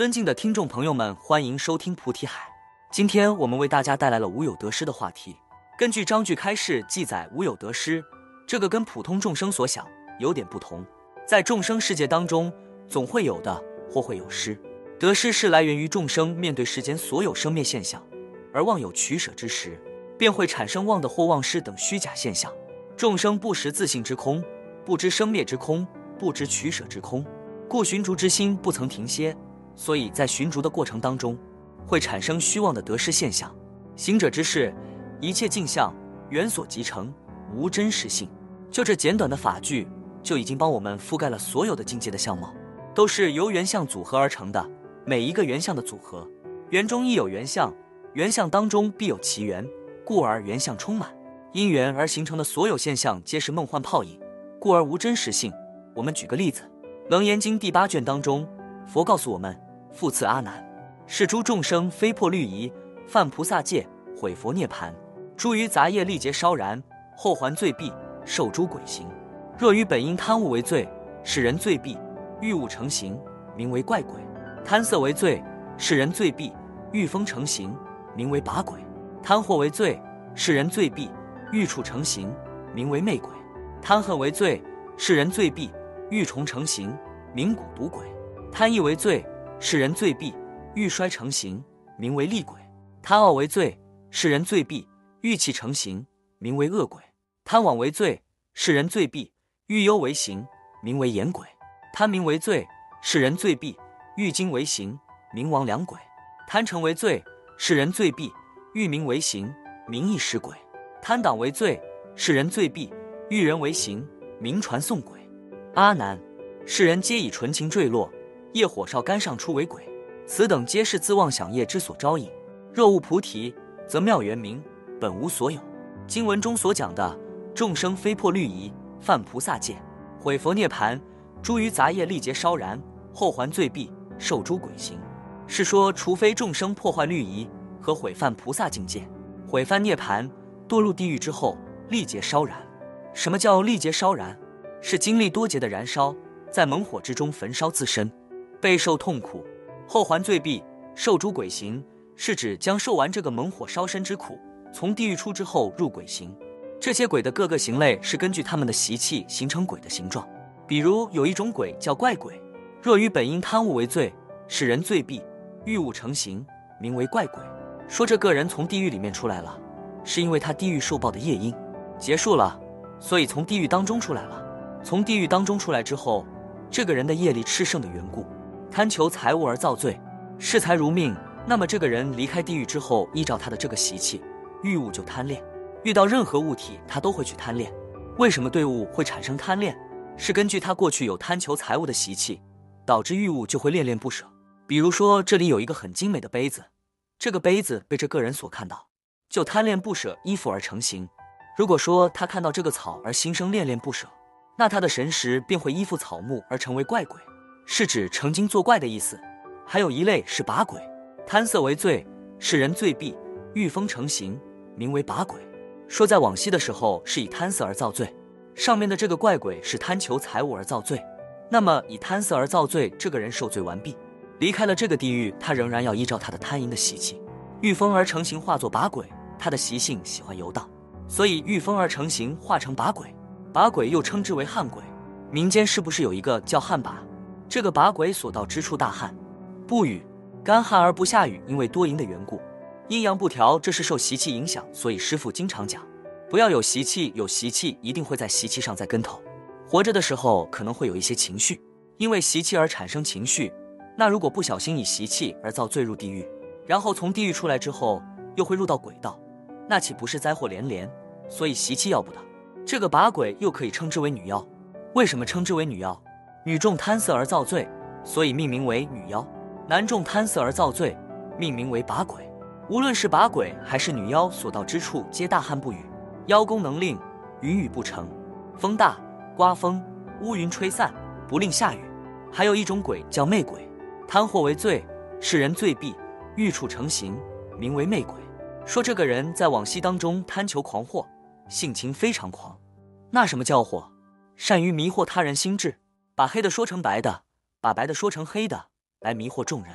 尊敬的听众朋友们，欢迎收听菩提海。今天我们为大家带来了无有得失的话题。根据章句开示记载，无有得失，这个跟普通众生所想有点不同。在众生世界当中，总会有的或会有失。得失是来源于众生面对世间所有生灭现象，而妄有取舍之时，便会产生妄的或妄失等虚假现象。众生不识自性之空，不知生灭之空，不知取舍之空，故寻逐之心不曾停歇。所以在寻逐的过程当中，会产生虚妄的得失现象。行者之事，一切镜像，缘所集成，无真实性。就这简短的法句，就已经帮我们覆盖了所有的境界的相貌，都是由缘相组合而成的。每一个缘相的组合，缘中亦有缘相，缘相当中必有其缘，故而缘相充满。因缘而形成的所有现象，皆是梦幻泡影，故而无真实性。我们举个例子，《楞严经》第8卷当中，佛告诉我们，复次阿难，是诸众生非破律仪，犯菩萨戒，毁佛涅盘，诸于杂业力劫烧然，后还罪弊，受诸鬼形。若于本因贪物为罪，使人罪弊，欲物成形，名为怪鬼；贪色为罪，使人罪弊，欲风成形，名为把鬼；贪惑为罪，使人罪弊，欲处成形，名为魅鬼；贪恨为罪，使人罪弊，欲虫成形，名蛊毒鬼；贪意为罪，使人罪弊，欲衰成形，名为厉鬼；贪傲为罪，使人罪弊，欲气成形，名为恶鬼；贪妄为罪，使人罪弊，欲忧为形，名为言鬼；贪名为罪，使人罪弊，欲精为形，名亡良鬼；贪成为罪，使人罪弊，欲名为形，名异识鬼；贪党为罪，使人罪弊，欲人为形，名传送鬼。阿难，世人皆以纯情坠落，业火烧肝上出为鬼，此等皆是自妄想业之所招引。若悟菩提，则妙圆明，本无所有。经文中所讲的众生非破律仪，犯菩萨戒，毁佛涅盘，诸于杂业力劫烧然，后还罪弊，受诸鬼形，是说除非众生破坏律仪和毁犯菩萨境界，毁犯涅盘，堕入地狱之后力劫烧燃。什么叫力劫烧燃？是经历多劫的燃烧，在猛火之中焚烧自身，备受痛苦，后还罪弊，受诸鬼形，是指将受完这个猛火烧身之苦，从地狱出之后入鬼形。这些鬼的各个形类是根据他们的习气形成鬼的形状。比如有一种鬼叫怪鬼，若于本因贪物为罪，使人罪弊，欲物成形，名为怪鬼。说这个人从地狱里面出来了，是因为他地狱受报的业因结束了，所以从地狱当中出来了。从地狱当中出来之后，这个人的业力炽盛的缘故，贪求财物而造罪，视财如命。那么这个人离开地狱之后，依照他的这个习气，遇物就贪恋，遇到任何物体他都会去贪恋。为什么对物会产生贪恋？是根据他过去有贪求财物的习气，导致遇物就会恋恋不舍。比如说这里有一个很精美的杯子，这个杯子被这个人所看到，就贪恋不舍依附而成形。如果说他看到这个草而心生恋恋不舍，那他的神识便会依附草木而成为怪鬼，是指成精作怪的意思。还有一类是把鬼，贪色为罪，使人罪弊，欲风成形，名为把鬼。说在往昔的时候是以贪色而造罪，上面的这个怪鬼是贪求财物而造罪。那么以贪色而造罪，这个人受罪完毕，离开了这个地狱，他仍然要依照他的贪淫的习气，御风而成形，化作把鬼。他的习性喜欢游荡，所以御风而成形，化成把鬼。把鬼又称之为旱鬼，民间是不是有一个叫旱把？这个把鬼所到之处大旱，不雨，干旱而不下雨，因为多淫的缘故，阴阳不调，这是受习气影响。所以师父经常讲，不要有习气，有习气一定会在习气上栽跟头。活着的时候可能会有一些情绪，因为习气而产生情绪，那如果不小心以习气而造罪入地狱，然后从地狱出来之后又会入到鬼道，那岂不是灾祸连连？所以习气要不得。这个把鬼又可以称之为女妖。为什么称之为女妖？女众贪色而造罪，所以命名为女妖；男众贪色而造罪，命名为把鬼。无论是把鬼还是女妖，所到之处皆大旱不雨，妖功能令云雨不成，风大刮风，乌云吹散，不令下雨。还有一种鬼叫魅鬼，贪惑为罪，使人罪弊，欲处成形，名为魅鬼。说这个人在往昔当中贪求狂惑，性情非常狂。那什么叫惑？善于迷惑他人心智，把黑的说成白的，把白的说成黑的，来迷惑众人。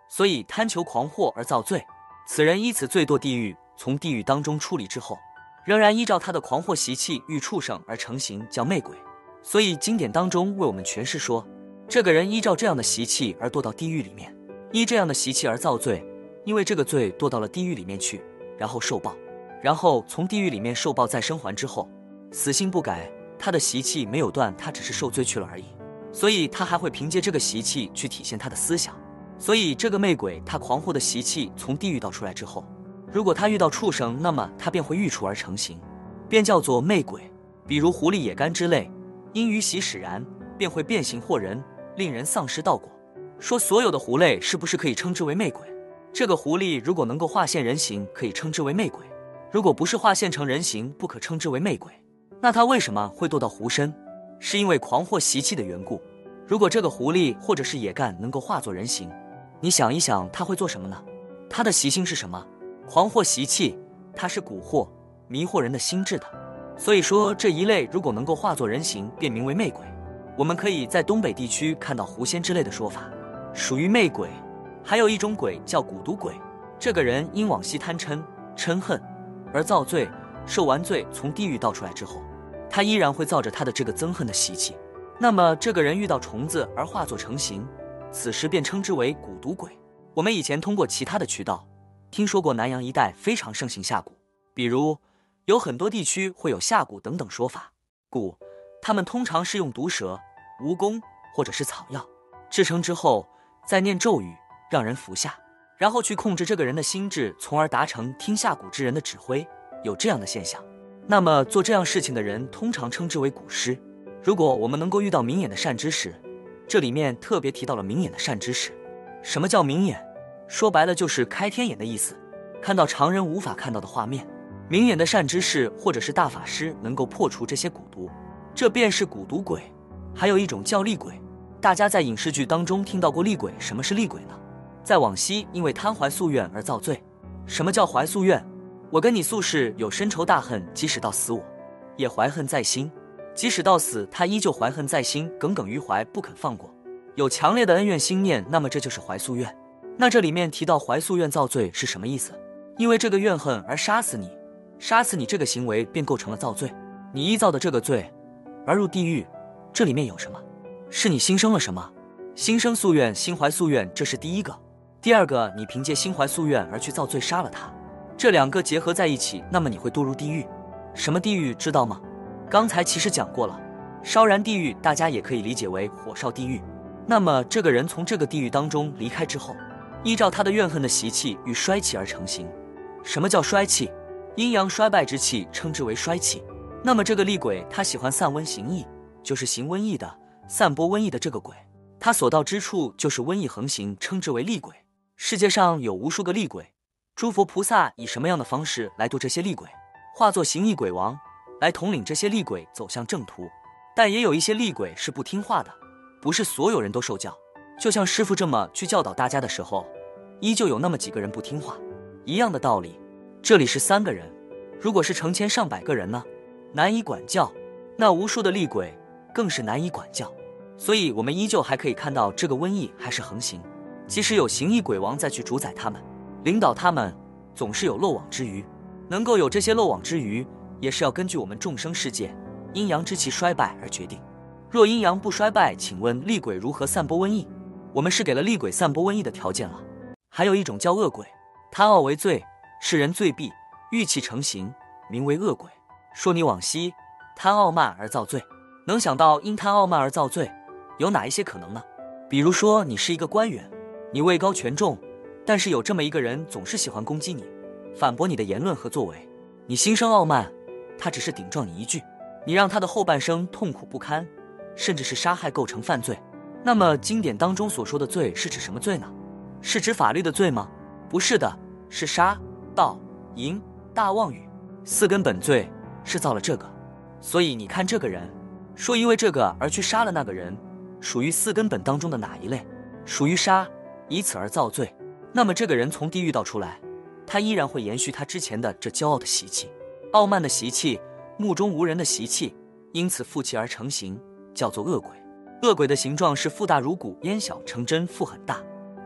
所以贪求狂惑而造罪。此人依此罪堕地狱，从地狱当中出离之后，仍然依照他的狂惑习气遇畜生而成形，叫魅鬼。所以经典当中为我们诠释说，这个人依照这样的习气而堕到地狱里面，依这样的习气而造罪，因为这个罪堕到了地狱里面去，然后受报，然后从地狱里面受报再生还之后，死性不改，他的习气没有断，他只是受罪去了而已。所以他还会凭借这个习气去体现他的思想。所以这个魅鬼他狂惑的习气从地狱道出来之后，如果他遇到畜生，那么他便会遇畜而成形，便叫做魅鬼。比如狐狸、野干之类，因鱼习使然，便会变形惑人，令人丧失道果。说所有的狐类是不是可以称之为魅鬼？这个狐狸如果能够化现人形，可以称之为魅鬼；如果不是化现成人形，不可称之为魅鬼。那他为什么会堕到狐身？是因为狂惑习气的缘故。如果这个狐狸或者是野干能够化作人形，你想一想他会做什么呢？他的习性是什么？狂惑习气，它是蛊惑迷惑人的心智的。所以说这一类如果能够化作人形，便名为魅鬼。我们可以在东北地区看到狐仙之类的说法，属于魅鬼。还有一种鬼叫蛊毒鬼，这个人因往昔贪嗔嗔恨而造罪，受完罪从地狱道出来之后，他依然会造着他的这个憎恨的习气。那么这个人遇到虫子而化作成形，此时便称之为蛊毒鬼。我们以前通过其他的渠道听说过南阳一带非常盛行下蛊，比如有很多地区会有下蛊等等说法。蛊他们通常是用毒蛇、蜈蚣或者是草药制成之后，再念咒语让人服下，然后去控制这个人的心智，从而达成听下蛊之人的指挥，有这样的现象。那么做这样事情的人通常称之为蛊师。如果我们能够遇到明眼的善知识，这里面特别提到了明眼的善知识。什么叫明眼？说白了就是开天眼的意思，看到常人无法看到的画面。明眼的善知识或者是大法师能够破除这些蛊毒，这便是蛊毒鬼。还有一种叫厉鬼，大家在影视剧当中听到过厉鬼。什么是厉鬼呢？在往昔因为贪怀夙愿而造罪。什么叫怀夙愿？我跟你夙世有深仇大恨，即使到死我也怀恨在心，即使到死他依旧怀恨在心，耿耿于怀，不肯放过，有强烈的恩怨心念，那么这就是怀夙愿。那这里面提到怀夙愿造罪是什么意思？因为这个怨恨而杀死你，杀死你这个行为便构成了造罪，你依造的这个罪而入地狱，这里面有什么？是你心生了什么？心生夙愿，心怀夙愿，这是第一个。第二个，你凭借心怀夙愿而去造罪杀了他，这两个结合在一起，那么你会堕入地狱。什么地狱知道吗？刚才其实讲过了，烧燃地狱大家也可以理解为火烧地狱。那么这个人从这个地狱当中离开之后，依照他的怨恨的习气与衰气而成形。什么叫衰气？阴阳衰败之气称之为衰气。那么这个厉鬼他喜欢散瘟行疫，就是行瘟疫的，散播瘟疫的这个鬼，他所到之处就是瘟疫横行，称之为厉鬼。世界上有无数个厉鬼，诸佛菩萨以什么样的方式来度这些厉鬼？化作行疫鬼王来统领这些厉鬼走向正途。但也有一些厉鬼是不听话的，不是所有人都受教。就像师父这么去教导大家的时候，依旧有那么几个人不听话。一样的道理，这里是3个人，如果是成千上百个人呢，难以管教。那无数的厉鬼更是难以管教。所以我们依旧还可以看到这个瘟疫还是横行，即使有行疫鬼王再去主宰他们，领导他们，总是有漏网之鱼。能够有这些漏网之鱼，也是要根据我们众生世界阴阳之气衰败而决定。若阴阳不衰败，请问厉鬼如何散播瘟疫？我们是给了厉鬼散播瘟疫的条件了。还有一种叫恶鬼，贪傲为罪，世人罪弊，欲气成形，名为恶鬼。说你往昔贪傲慢而造罪，能想到因贪傲慢而造罪有哪一些可能呢？比如说你是一个官员，你位高权重，但是有这么一个人总是喜欢攻击你，反驳你的言论和作为，你心生傲慢，他只是顶撞你一句，你让他的后半生痛苦不堪，甚至是杀害构成犯罪。那么经典当中所说的罪是指什么罪呢？是指法律的罪吗？不是的，是杀、盗、淫、大妄语4根本罪，是造了这个。所以你看这个人，说因为这个而去杀了那个人，属于4根本当中的哪一类？属于杀，以此而造罪。那么这个人从地狱道出来，他依然会延续他之前的这骄傲的习气、傲慢的习气、目中无人的习气，因此负气而成形，叫做恶鬼。恶鬼的形状是腹大如鼓，咽小成针，腹很大，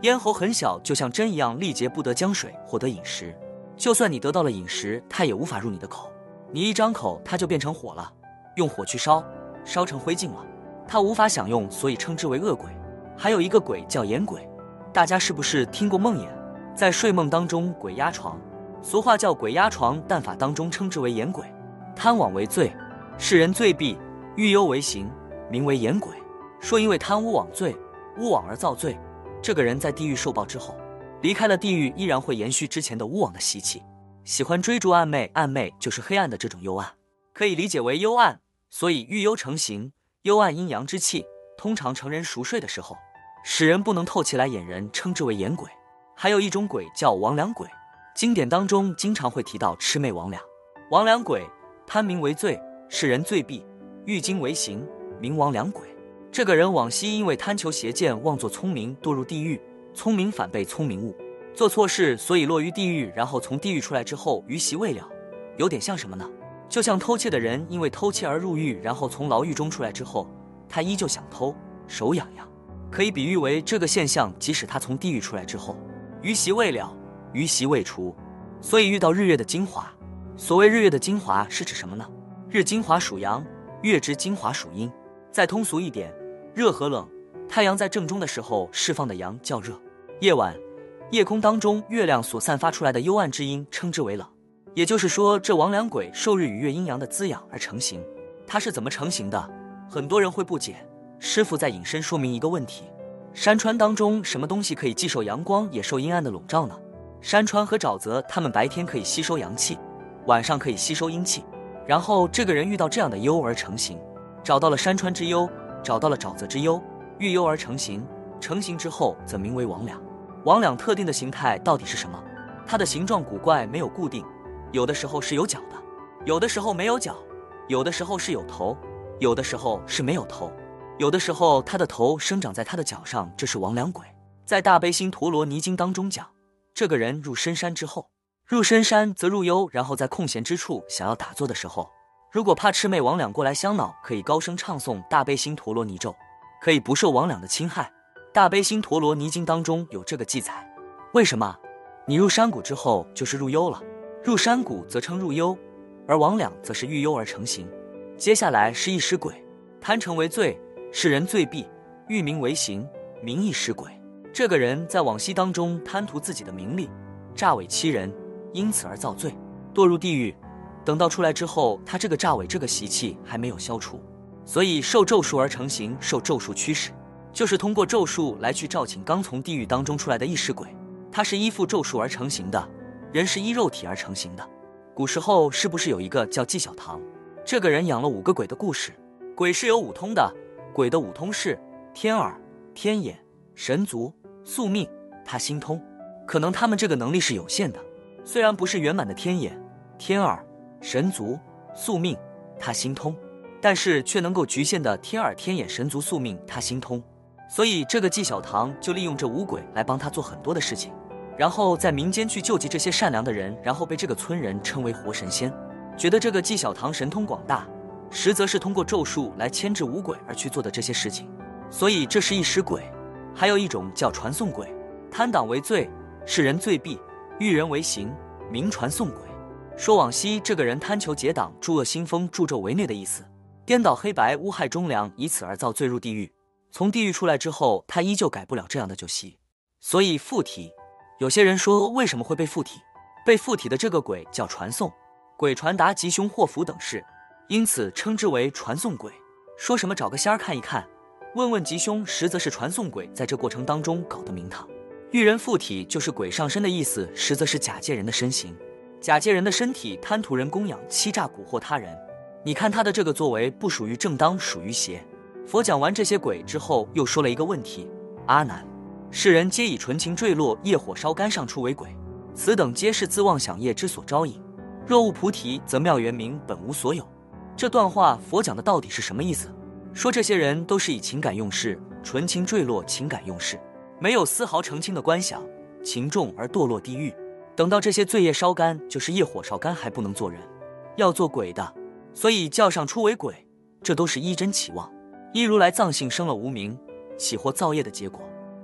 咽喉很小，就像针一样，力竭不得将水获得饮食。就算你得到了饮食，它也无法入你的口。你一张口，它就变成火了，用火去烧，烧成灰烬了。它无法享用，所以称之为恶鬼。还有一个鬼叫魇鬼，大家是不是听过梦魇？在睡梦当中，鬼压床，俗话叫鬼压床，但法当中称之为魇鬼。贪妄为罪，世人罪弊，欲忧为刑，名为魇鬼。说因为贪污枉罪，污枉而造罪，这个人在地狱受报之后，离开了地狱，依然会延续之前的污枉的习气，喜欢追逐暗昧，暗昧就是黑暗的这种幽暗，可以理解为幽暗。所以欲幽成形，幽暗阴阳之气，通常成人熟睡的时候，使人不能透气来掩人，称之为魇鬼。还有一种鬼叫魍魉鬼，经典当中经常会提到魑魅魍魉。魍魉鬼贪名为罪，世人罪弊，欲经为刑，名魍魉鬼。这个人往昔因为贪求邪见，妄作聪明，堕入地狱，聪明反被聪明误，做错事，所以落于地狱，然后从地狱出来之后余习未了。有点像什么呢？就像偷窃的人因为偷窃而入狱，然后从牢狱中出来之后，他依旧想偷，手痒痒，可以比喻为这个现象，即使他从地狱出来之后，余习未了，余习未除，所以遇到日月的精华。所谓日月的精华是指什么呢？日精华属阳，月之精华属阴。再通俗一点，热和冷，太阳在正中的时候释放的阳叫热，夜晚夜空当中月亮所散发出来的幽暗之阴称之为冷。也就是说，这魍魉鬼受日与月阴阳的滋养而成形。它是怎么成形的？很多人会不解。师父在引申说明一个问题：山川当中什么东西可以既受阳光也受阴暗的笼罩呢？山川和沼泽，它们白天可以吸收阳气，晚上可以吸收阴气。然后这个人遇到这样的幽而成形，找到了山川之幽，找到了沼泽之幽，遇幽而成形，成形之后则名为魍魉。魍魉特定的形态到底是什么？它的形状古怪，没有固定，有的时候是有角的，有的时候没有角，有的时候是有头，有的时候是没有头，有的时候它的头生长在它的脚上，这是魍魉鬼。在大悲心陀罗尼经当中讲，这个人入深山之后，入深山则入幽，然后在空闲之处想要打坐的时候，如果怕魑魅魍魉过来相恼，可以高声唱诵大悲心陀罗尼咒，可以不受魍魉的侵害。大悲心陀罗尼经当中有这个记载。为什么？你入山谷之后就是入幽了，入山谷则称入幽，而魍魉则是遇幽而成形。接下来是一尸鬼，贪成为罪，世人罪弊，欲名为刑，名一尸鬼。这个人在往昔当中贪图自己的名利，诈伪欺人，因此而造罪，堕入地狱。等到出来之后，他这个诈伪这个习气还没有消除，所以受咒术而成形，受咒术驱使，就是通过咒术来去召请刚从地狱当中出来的一尸鬼。他是依附咒术而成形的，人是依肉体而成形的。古时候是不是有一个叫纪晓堂，这个人养了5个鬼的故事？鬼是有5通的，鬼的5通是天耳、天眼、神足、宿命，他心通。可能他们这个能力是有限的，虽然不是圆满的天眼、天耳、神足、宿命，他心通，但是却能够局限的天耳、天眼、神足、宿命，他心通。所以这个纪晓堂就利用这5鬼来帮他做很多的事情，然后在民间去救济这些善良的人，然后被这个村人称为活神仙，觉得这个纪晓堂神通广大，实则是通过咒术来牵制5鬼而去做的这些事情。所以这是一尸鬼。还有一种叫传送鬼，贪党为罪，世人罪弊，欲人为刑，名传送鬼。说往昔这个人贪求结党，诸恶兴风，助纣为虐的意思，颠倒黑白，污害忠良，以此而造罪入地狱。从地狱出来之后，他依旧改不了这样的旧习，所以附体。有些人说为什么会被附体？被附体的这个鬼叫传送鬼，传达吉凶祸福等事，因此称之为传送鬼。说什么找个仙儿看一看，问问吉凶，实则是传送鬼在这过程当中搞得名堂。遇人附体就是鬼上身的意思，实则是假借人的身形，假借人的身体，贪图人供养，欺诈蛊惑他人。你看他的这个作为不属于正当，属于邪。佛讲完这些鬼之后，又说了一个问题：阿难，世人皆以纯情坠落，业火烧肝上处为鬼，此等皆是自妄想业之所招引。若悟菩提，则妙圆明，本无所有。这段话佛讲的到底是什么意思？说这些人都是以情感用事，纯情坠落，情感用事，没有丝毫澄清的观想，情重而堕落地狱。等到这些罪业烧干，就是业火烧干，还不能做人，要做鬼的，所以叫上出为鬼。这都是依真起妄，依如来藏性生了无明，起或造业的结果。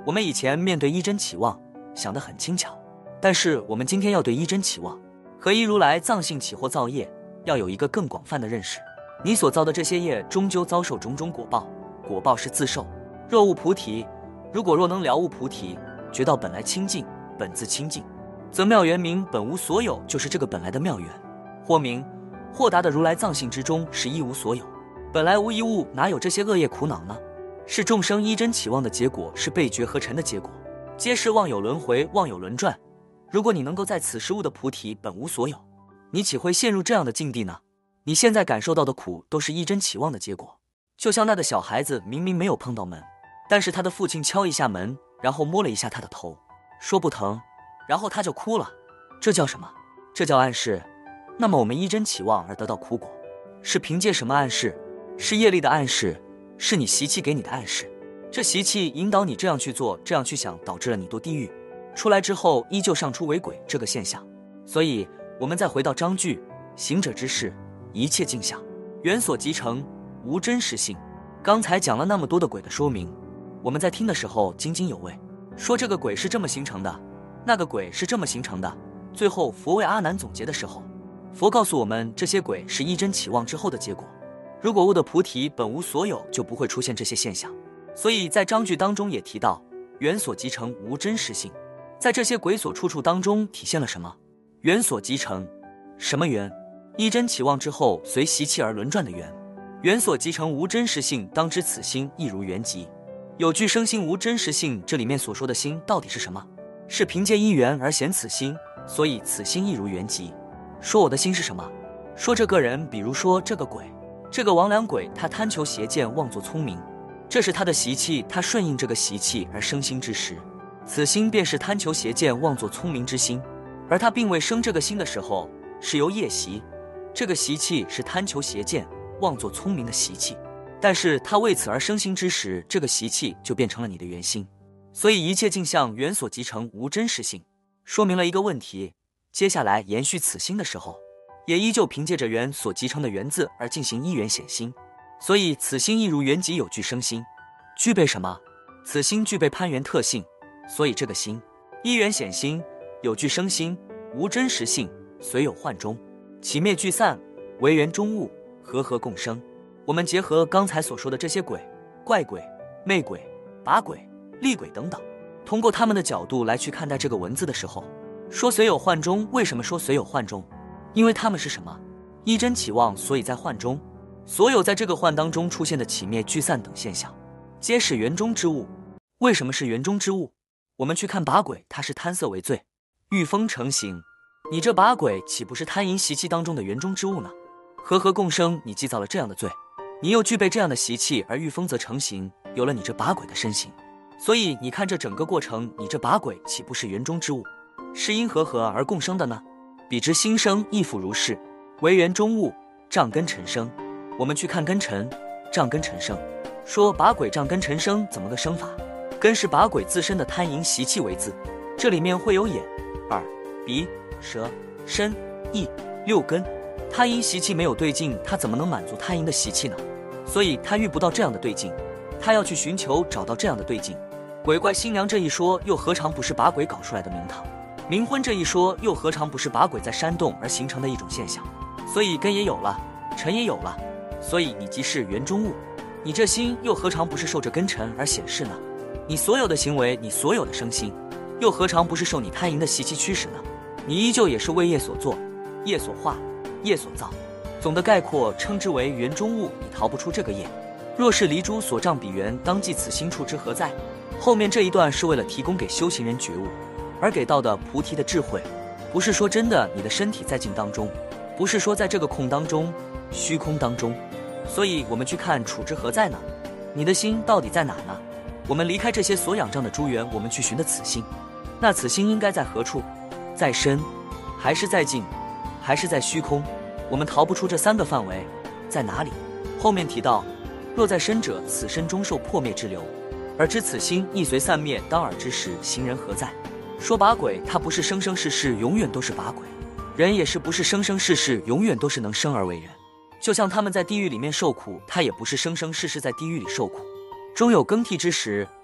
我们以前面对一真起妄想得很轻巧，但是我们今天要对一真起妄和一如来藏性起或造业要有一个更广泛的认识。你所造的这些业终究遭受种种果报，果报是自受。若悟菩提，如果若能了悟菩提，觉到本来清净，本自清净，则妙缘名本无所有，就是这个本来的妙缘。或名豁达的如来藏性之中是一无所有，本来无一物，哪有这些恶业苦恼呢？是众生一真起妄的结果，是被觉合尘的结果，皆是妄有轮回，妄有轮转。如果你能够在此时悟的菩提本无所有，你岂会陷入这样的境地呢？你现在感受到的苦都是一真起妄的结果。就像那个小孩子明明没有碰到门，但是他的父亲敲一下门，然后摸了一下他的头，说不疼，然后他就哭了。这叫什么？这叫暗示。那么我们一真起妄而得到苦果，是凭借什么暗示？是业力的暗示，是你习气给你的暗示。这习气引导你这样去做，这样去想，导致了你堕地狱，出来之后依旧上出为鬼这个现象。所以我们再回到章句，行者之事，一切镜像，缘所集成，无真实性。刚才讲了那么多的鬼的说明，我们在听的时候津津有味，说这个鬼是这么形成的，那个鬼是这么形成的。最后佛为阿难总结的时候，佛告诉我们，这些鬼是一真起妄之后的结果。如果悟的菩提本无所有，就不会出现这些现象。所以在章句当中也提到，缘所集成，无真实性。在这些鬼所处处当中体现了什么？缘所集成，什么缘？一真起妄之后随习气而轮转的缘。缘所集成无真实性，当知此心亦如缘集。有具生心无真实性，这里面所说的心到底是什么？是凭借一缘而显此心，所以此心亦如缘集。说我的心是什么？说这个人，比如说这个鬼，这个魍魉鬼，他贪求邪见，妄作聪明，这是他的习气，他顺应这个习气而生心之时，此心便是贪求邪见，妄作聪明之心。而他并未生这个心的时候，是由业习，这个习气是贪求邪见，妄作聪明的习气，但是他为此而生心之时，这个习气就变成了你的原心。所以一切镜像，缘所集成，无真实性，说明了一个问题。接下来延续此心的时候，也依旧凭借着缘所集成的缘字而进行一缘显心。所以此心亦如缘集，有具生心。具备什么？此心具备攀缘特性，所以这个心一缘显心，有具生心，无真实性，随有幻中，起灭聚散，为缘中物，和合共生。我们结合刚才所说的这些鬼、怪鬼、魅鬼、把鬼、厉鬼等等，通过他们的角度来去看待这个文字的时候，说随有幻中。为什么说随有幻中？因为他们是什么？一真起妄，所以在幻中。所有在这个幻当中出现的起灭聚散等现象，皆是缘中之物。为什么是缘中之物？我们去看把鬼，它是贪色为罪，欲风成形。你这把鬼岂不是贪淫习气当中的缘中之物呢？和合共生，你既造了这样的罪，你又具备这样的习气，而欲风则成形，有了你这把鬼的身形。所以你看这整个过程，你这把鬼岂不是缘中之物？是因和合而共生的呢？彼之心生亦复如是，为缘中物，障根尘生。我们去看根尘，障根尘生，说把鬼障根尘生怎么个生法？根是把鬼自身的贪淫习气为字，这里面会有眼、耳、鼻、舌、身、意六根，贪淫习气没有对境，他怎么能满足贪淫的习气呢？所以他遇不到这样的对境，他要去寻求找到这样的对境。鬼怪新娘这一说，又何尝不是把鬼搞出来的名堂？冥婚这一说，又何尝不是把鬼在煽动而形成的一种现象？所以根也有了，尘也有了，所以你即是缘中物。你这心又何尝不是受着根尘而显示呢？你所有的行为，你所有的生心，又何尝不是受你贪淫的习气驱使呢？你依旧也是为业所作，业所化，业所造。总的概括称之为缘中物，你逃不出这个业。若是离诸所障彼缘，当即此心处之何在？后面这一段是为了提供给修行人觉悟而给到的菩提的智慧，不是说真的你的身体在境当中，不是说在这个空当中、虚空当中。所以我们去看处之何在呢？你的心到底在哪呢？我们离开这些所仰仗的诸缘，我们去寻的此心，那此心应该在何处？在身，还是在境，还是在虚空？我们逃不出这三个范围，在哪里？后面提到，若在身者，此身终受破灭之流，而知此心亦随散灭，当尔之时，行人何在？说把鬼，他不是生生世世永远都是把鬼，人也是不是生生世世永远都是能生而为人。就像他们在地狱里面受苦，他也不是生生世世在地狱里受苦，终有更替之时，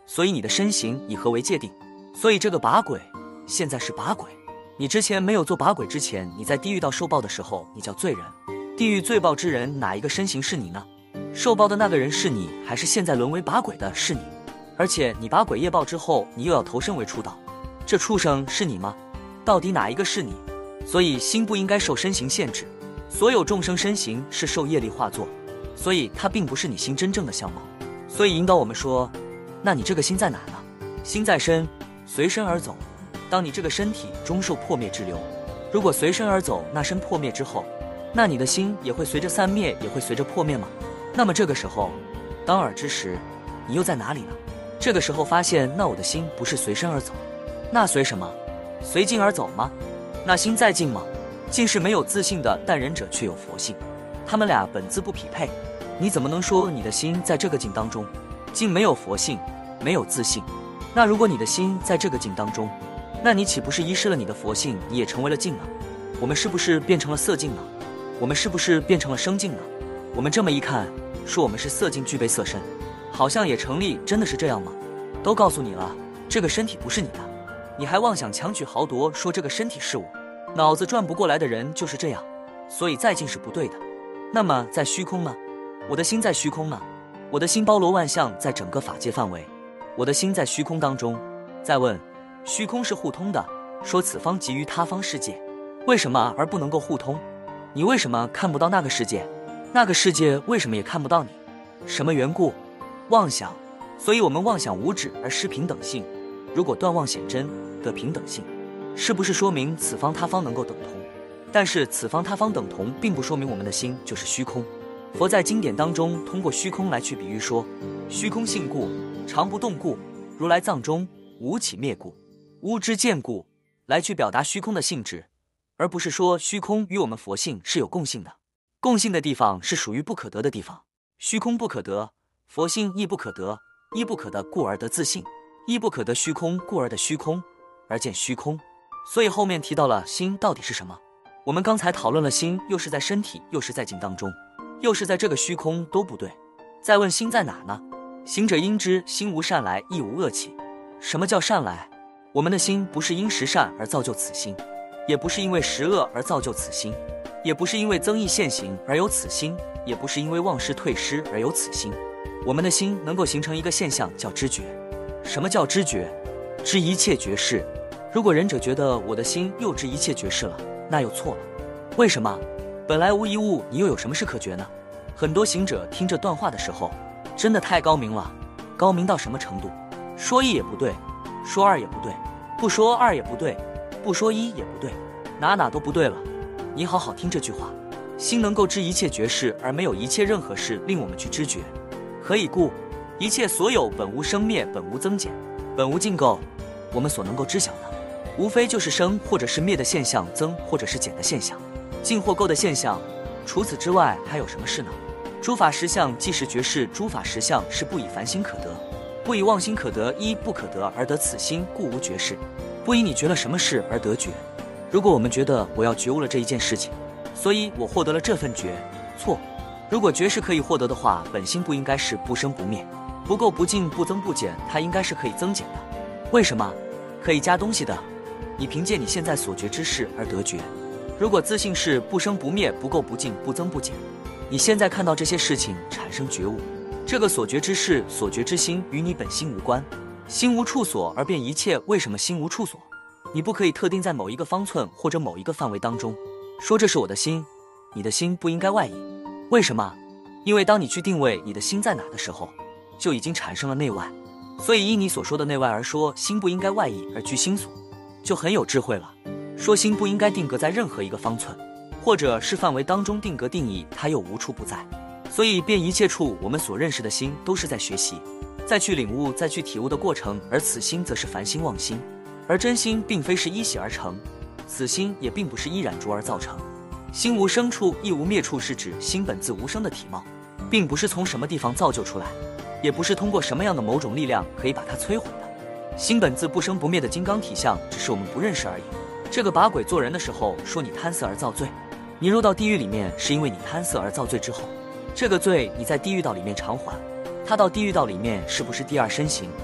所以你的身形以何为界定？所以这个把鬼现在是把鬼。你之前没有做把鬼之前，你在地狱道受报的时候，你叫罪人。地狱罪报之人，哪一个身形是你呢？受报的那个人是你，还是现在沦为把鬼的是你？而且你把鬼业报之后，你又要投身为畜道，这畜生是你吗？到底哪一个是你？所以心不应该受身形限制，所有众生身形是受业力化作，所以它并不是你心真正的相貌。所以引导我们说，那你这个心在哪呢？心在身，随身而走。当你这个身体终受破灭之流，如果随身而走，那身破灭之后，那你的心也会随着散灭，也会随着破灭吗？那么这个时候，当尔之时，你又在哪里呢？这个时候发现，那我的心不是随身而走，那随什么？随境而走吗？那心在境吗？境是没有自信的，但仁者却有佛性，他们俩本自不匹配。你怎么能说你的心在这个境当中？境没有佛性，没有自信。那如果你的心在这个境当中，那你岂不是遗失了你的佛性，你也成为了境呢？我们是不是变成了色境呢？我们是不是变成了生境呢？我们这么一看，说我们是色境具备色身，好像也成立，真的是这样吗？都告诉你了，这个身体不是你的，你还妄想强取豪夺，说这个身体是我，脑子转不过来的人就是这样，所以在境是不对的。那么在虚空呢？我的心在虚空呢？我的心包罗万象，在整个法界范围，我的心在虚空当中。再问，虚空是互通的，说此方即于他方世界，为什么而不能够互通？你为什么看不到那个世界？那个世界为什么也看不到你？什么缘故？妄想。所以我们妄想无止而失平等性。如果断妄显真，得平等性，是不是说明此方他方能够等同？但是此方他方等同，并不说明我们的心就是虚空。佛在经典当中通过虚空来去比喻说，虚空性故，常不动故，如来藏中无起灭故，无知见故，来去表达虚空的性质，而不是说虚空与我们佛性是有共性的。共性的地方是属于不可得的地方，虚空不可得，佛性亦不可得，亦不可得故而得自性，亦不可得虚空故而得虚空，而见虚空。所以后面提到了心到底是什么。我们刚才讨论了心，又是在身体，又是在境当中，又是在这个虚空，都不对。再问心在哪呢？行者应知心无善来，亦无恶起。什么叫善来？我们的心不是因识善而造就此心，也不是因为识恶而造就此心，也不是因为增益现行而有此心，也不是因为忘失退失而有此心。我们的心能够形成一个现象，叫知觉。什么叫知觉？知一切觉事。如果仁者觉得我的心又知一切觉事了，那又错了。为什么？本来无一物，你又有什么事可觉呢？很多行者听这段话的时候，真的太高明了。高明到什么程度？说一也不对，说二也不对，不说二也不对，不说一也不对，哪都不对了。你好好听这句话，心能够知一切觉事，而没有一切任何事令我们去知觉。何以故？一切所有本无生灭，本无增减，本无尽垢。我们所能够知晓的，无非就是生或者是灭的现象，增或者是减的现象，尽或垢的现象。除此之外还有什么事呢？诸法实相即是觉事，诸法实相是不以凡心可得，不以妄心可得，一不可得而得此心，故无觉事。不以你觉了什么事而得觉。如果我们觉得我要觉悟了这一件事情，所以我获得了这份觉，错。如果觉是可以获得的话，本心不应该是不生不灭，不垢不净，不增不减，它应该是可以增减的。为什么？可以加东西的。你凭借你现在所觉之事而得觉。如果自性是不生不灭，不垢不净，不增不减，你现在看到这些事情产生觉悟，这个所觉之事，所觉之心与你本心无关。心无处所而变一切，为什么心无处所？你不可以特定在某一个方寸或者某一个范围当中说这是我的心，你的心不应该外移。为什么？因为当你去定位你的心在哪的时候，就已经产生了内外。所以依你所说的内外而说，心不应该外移而居心所，就很有智慧了。说心不应该定格在任何一个方寸或者是范围当中定格定义，它又无处不在。所以遍一切处，我们所认识的心都是在学习，再去领悟，再去体悟的过程，而此心则是凡心妄心。而真心并非是依喜而成，此心也并不是依染着而造成。心无生处，亦无灭处，是指心本自无生的体貌，并不是从什么地方造就出来，也不是通过什么样的某种力量可以把它摧毁的。心本自不生不灭的金刚体相，只是我们不认识而已。这个把鬼做人的时候说你贪色而造罪，你入到地狱里面是因为你贪色而造罪之后，这个罪你在地狱道里面偿还，他到地狱道里面是不是第二身形？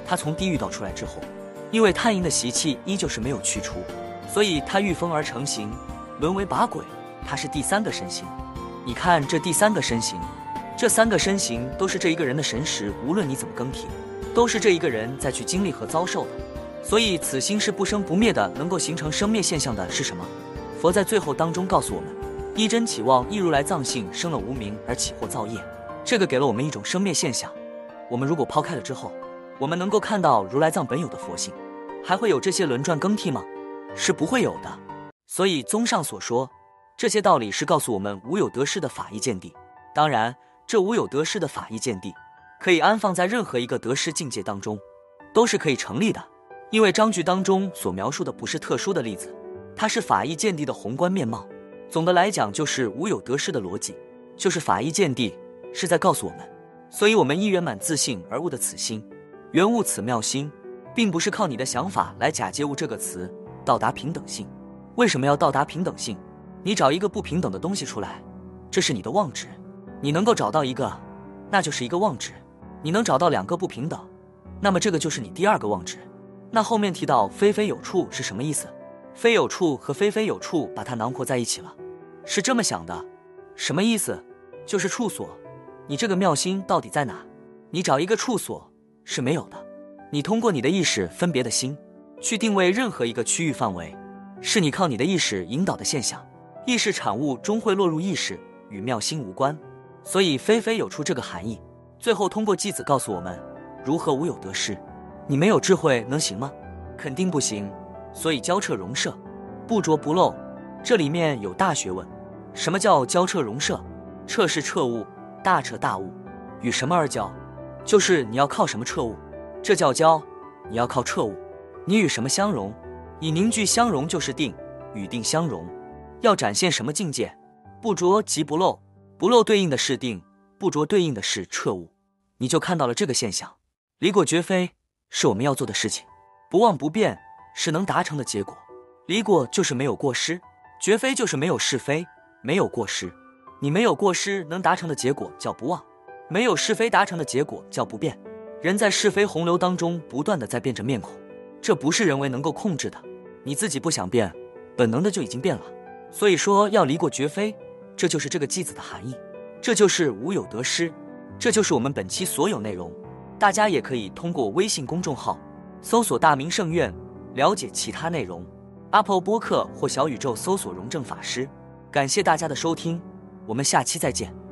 他从地狱道出来之后，因为贪淫的习气依旧是没有去除，所以他遇风而成形，沦为把鬼。他是第三个身形。你看这第三个身形，这三个身形都是这一个人的神识，无论你怎么更替，都是这一个人在去经历和遭受的。所以此心是不生不灭的，能够形成生灭现象的是什么？佛在最后当中告诉我们，一真起妄，一如来藏性生了无明而起惑造业，这个给了我们一种生灭现象。我们如果抛开了之后，我们能够看到如来藏本有的佛性，还会有这些轮转更替吗？是不会有的。所以综上所说，这些道理是告诉我们无有得失的法义见地。当然，这无有得失的法义见地可以安放在任何一个得失境界当中，都是可以成立的。因为章句当中所描述的不是特殊的例子，它是法义见地的宏观面貌。总的来讲，就是无有得失的逻辑，就是法义见地是在告诉我们，所以我们依圆满自性而悟的此心，圆悟此妙心，并不是靠你的想法来假借悟这个词到达平等性。为什么要到达平等性？你找一个不平等的东西出来，这是你的妄执。你能够找到一个，那就是一个妄执。你能找到两个不平等，那么这个就是你第二个妄执。那后面提到非非有处是什么意思？非有处和非非有处把它囊括在一起了，是这么想的。什么意思？就是处所。你这个妙心到底在哪？你找一个处所是没有的。你通过你的意识分别的心去定位任何一个区域范围，是你靠你的意识引导的现象。意识产物终会落入意识，与妙心无关。所以非非有处这个含义，最后通过偈子告诉我们如何无有得失。你没有智慧能行吗？肯定不行。所以交彻容摄，不着不漏，这里面有大学问。什么叫交彻容摄？彻是彻悟，大彻大悟。与什么而交？就是你要靠什么彻悟，这叫交。你要靠彻悟。你与什么相融？以凝聚相融就是定，与定相融。要展现什么境界？不着即不漏，不漏对应的是定，不着对应的是彻悟。你就看到了这个现象。离果绝非是我们要做的事情，不妄不变是能达成的结果。离果就是没有过失，绝非就是没有是非，没有过失。你没有过失能达成的结果叫不妄，没有是非达成的结果叫不变。人在是非洪流当中不断的在变着面孔，这不是人为能够控制的。你自己不想变，本能的就已经变了。所以说要离过绝非，这就是这个偈子的含义，这就是无有得失。这就是我们本期所有内容。大家也可以通过微信公众号搜索大明圣院了解其他内容， Apple 播客或小宇宙搜索荣正法师。感谢大家的收听，我们下期再见。